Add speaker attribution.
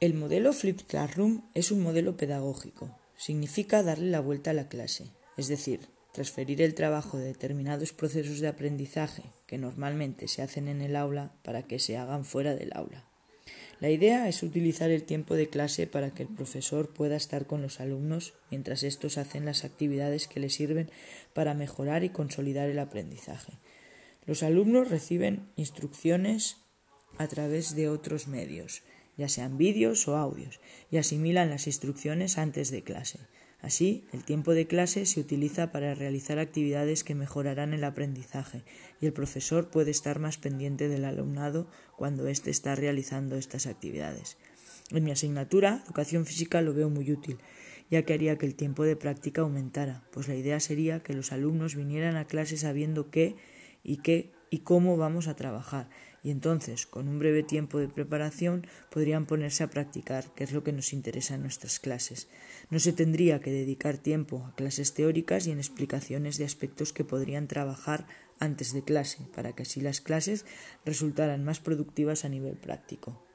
Speaker 1: El modelo Flipped Classroom es un modelo pedagógico. Significa darle la vuelta a la clase, es decir, transferir el trabajo de determinados procesos de aprendizaje que normalmente se hacen en el aula para que se hagan fuera del aula. La idea es utilizar el tiempo de clase para que el profesor pueda estar con los alumnos mientras estos hacen las actividades que les sirven para mejorar y consolidar el aprendizaje. Los alumnos reciben instrucciones a través de otros medios, ya sean vídeos o audios, y asimilan las instrucciones antes de clase. Así, el tiempo de clase se utiliza para realizar actividades que mejorarán el aprendizaje y el profesor puede estar más pendiente del alumnado cuando éste está realizando estas actividades. En mi asignatura, Educación Física, lo veo muy útil, ya que haría que el tiempo de práctica aumentara, pues la idea sería que los alumnos vinieran a clase sabiendo qué y cómo vamos a trabajar, y entonces, con un breve tiempo de preparación, podrían ponerse a practicar, que es lo que nos interesa en nuestras clases. No se tendría que dedicar tiempo a clases teóricas y en explicaciones de aspectos que podrían trabajar antes de clase, para que así las clases resultaran más productivas a nivel práctico.